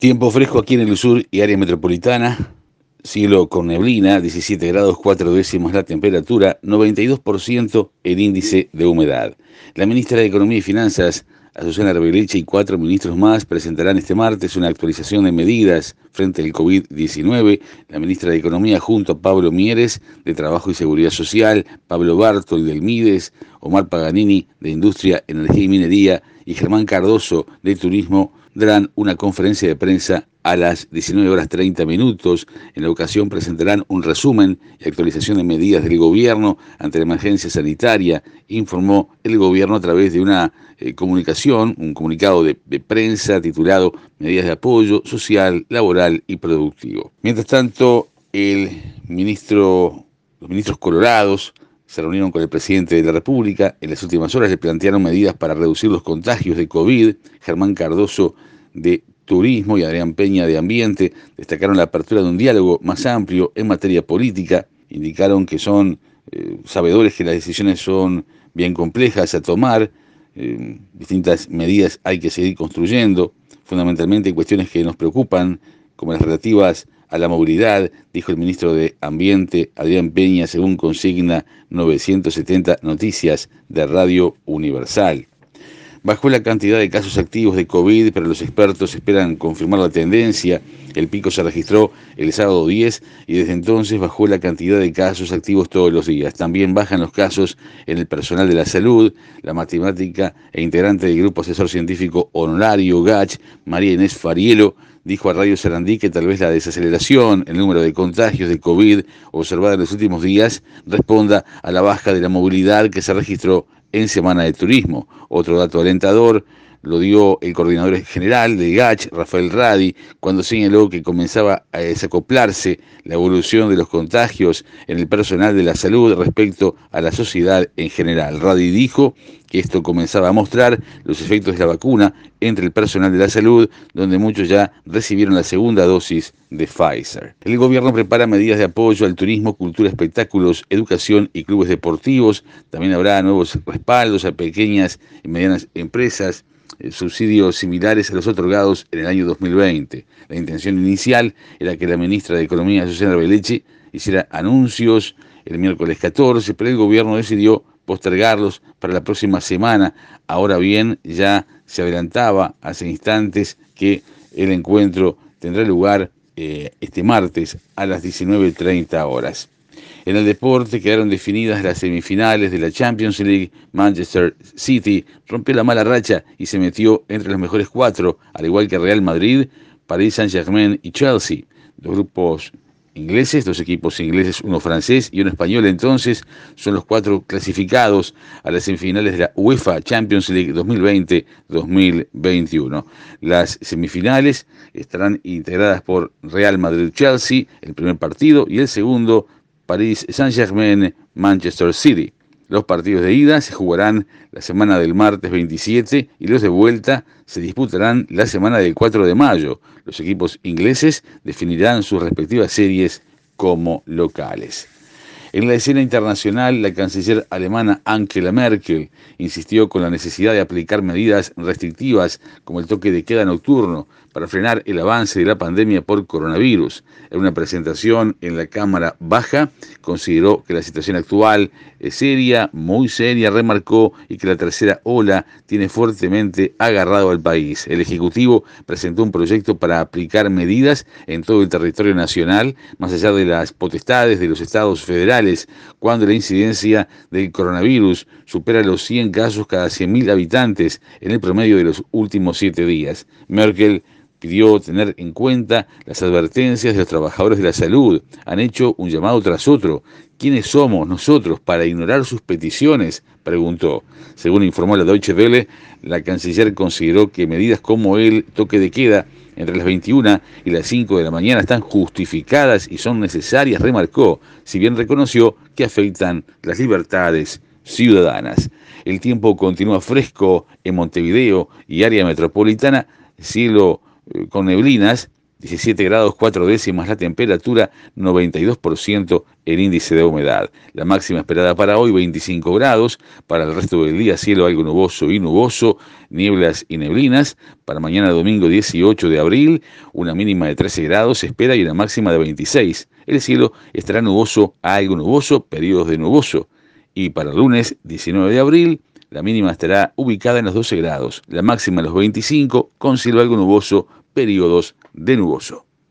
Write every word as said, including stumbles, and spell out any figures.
Tiempo fresco aquí en el sur y área metropolitana, cielo con neblina, diecisiete grados cuatro décimos la temperatura, noventa y dos por ciento el índice de humedad. La ministra de Economía y Finanzas, Azucena Arbeleche, y cuatro ministros más presentarán este martes una actualización de medidas frente al COVID diecinueve. La ministra de Economía junto a Pablo Mieres, de Trabajo y Seguridad Social, Pablo Bartol, del Mides, Omar Paganini, de Industria, Energía y Minería, y Germán Cardoso, de Turismo, darán una conferencia de prensa a las diecinueve horas treinta minutos. En la ocasión presentarán un resumen y actualización de medidas del gobierno ante la emergencia sanitaria, informó el gobierno a través de una eh, comunicación, un comunicado de, de prensa titulado Medidas de Apoyo Social, Laboral y Productivo. Mientras tanto, el ministro, los ministros colorados se reunieron con el presidente de la República. En las últimas horas le plantearon medidas para reducir los contagios de COVID. Germán Cardoso, de Turismo, y Adrián Peña, de Ambiente, destacaron la apertura de un diálogo más amplio en materia política. Indicaron que son eh, sabedores que las decisiones son bien complejas a tomar, eh, distintas medidas hay que seguir construyendo, fundamentalmente cuestiones que nos preocupan, como las relativas a la movilidad, dijo el ministro de Ambiente, Adrián Peña, según consigna novecientos setenta Noticias de Radio Universal. Bajó la cantidad de casos activos de COVID, pero los expertos esperan confirmar la tendencia. El pico se registró el sábado diez y desde entonces bajó la cantidad de casos activos todos los días. También bajan los casos en el personal de la salud. La matemática e integrante del Grupo Asesor Científico Honorario G A C H, María Inés Farielo, dijo a Radio Sarandí que tal vez la desaceleración en el número de contagios de COVID observada en los últimos días responda a la baja de la movilidad que se registró en Semana de Turismo. Otro dato alentador lo dio el coordinador general de G A C H, Rafael Radi, cuando señaló que comenzaba a desacoplarse la evolución de los contagios en el personal de la salud respecto a la sociedad en general. Radi dijo que esto comenzaba a mostrar los efectos de la vacuna entre el personal de la salud, donde muchos ya recibieron la segunda dosis de Pfizer. El gobierno prepara medidas de apoyo al turismo, cultura, espectáculos, educación y clubes deportivos. También habrá nuevos respaldos a pequeñas y medianas empresas, eh, subsidios similares a los otorgados en el año dos mil veinte. La intención inicial era que la ministra de Economía, Azucena Arbeleche, hiciera anuncios el miércoles catorce, pero el gobierno decidió postergarlos para la próxima semana. Ahora bien, ya se adelantaba hace instantes que el encuentro tendrá lugar eh, este martes a las diecinueve treinta horas. En el deporte quedaron definidas las semifinales de la Champions League. Manchester City rompió la mala racha y se metió entre los mejores cuatro, al igual que Real Madrid, Paris Saint-Germain y Chelsea. Los grupos ingleses, dos equipos ingleses, uno francés y uno español, entonces son los cuatro clasificados a las semifinales de la UEFA Champions League dos mil veinte dos mil veintiuno. Las semifinales estarán integradas por Real Madrid-Chelsea, el primer partido, y el segundo, Paris Saint-Germain-Manchester City. Los partidos de ida se jugarán la semana del martes veintisiete y los de vuelta se disputarán la semana del cuatro de mayo. Los equipos ingleses definirán sus respectivas series como locales. En la escena internacional, la canciller alemana Angela Merkel insistió con la necesidad de aplicar medidas restrictivas como el toque de queda nocturno para frenar el avance de la pandemia por coronavirus. En una presentación en la Cámara Baja, consideró que la situación actual es seria, muy seria, remarcó, y que la tercera ola tiene fuertemente agarrado al país. El Ejecutivo presentó un proyecto para aplicar medidas en todo el territorio nacional, más allá de las potestades de los estados federales, cuando la incidencia del coronavirus supera los cien casos cada cien mil habitantes en el promedio de los últimos siete días. Merkel pidió tener en cuenta las advertencias de los trabajadores de la salud. Han hecho un llamado tras otro. ¿Quiénes somos nosotros para ignorar sus peticiones?, preguntó. Según informó la Deutsche Welle, la canciller consideró que medidas como el toque de queda entre las veintiuna y las cinco de la mañana están justificadas y son necesarias, remarcó, si bien reconoció que afectan las libertades ciudadanas. El tiempo continúa fresco en Montevideo y área metropolitana, cielo con neblinas, diecisiete grados cuatro décimas la temperatura, noventa y dos por ciento el índice de humedad. La máxima esperada para hoy, veinticinco grados. Para el resto del día, cielo algo nuboso y nuboso, nieblas y neblinas. Para mañana domingo dieciocho de abril, una mínima de trece grados se espera y una máxima de veintiséis. El cielo estará nuboso a algo nuboso, periodos de nuboso. Y para el lunes diecinueve de abril, la mínima estará ubicada en los doce grados, la máxima en los veinticinco, con cielo algo nuboso, periodos de nuboso.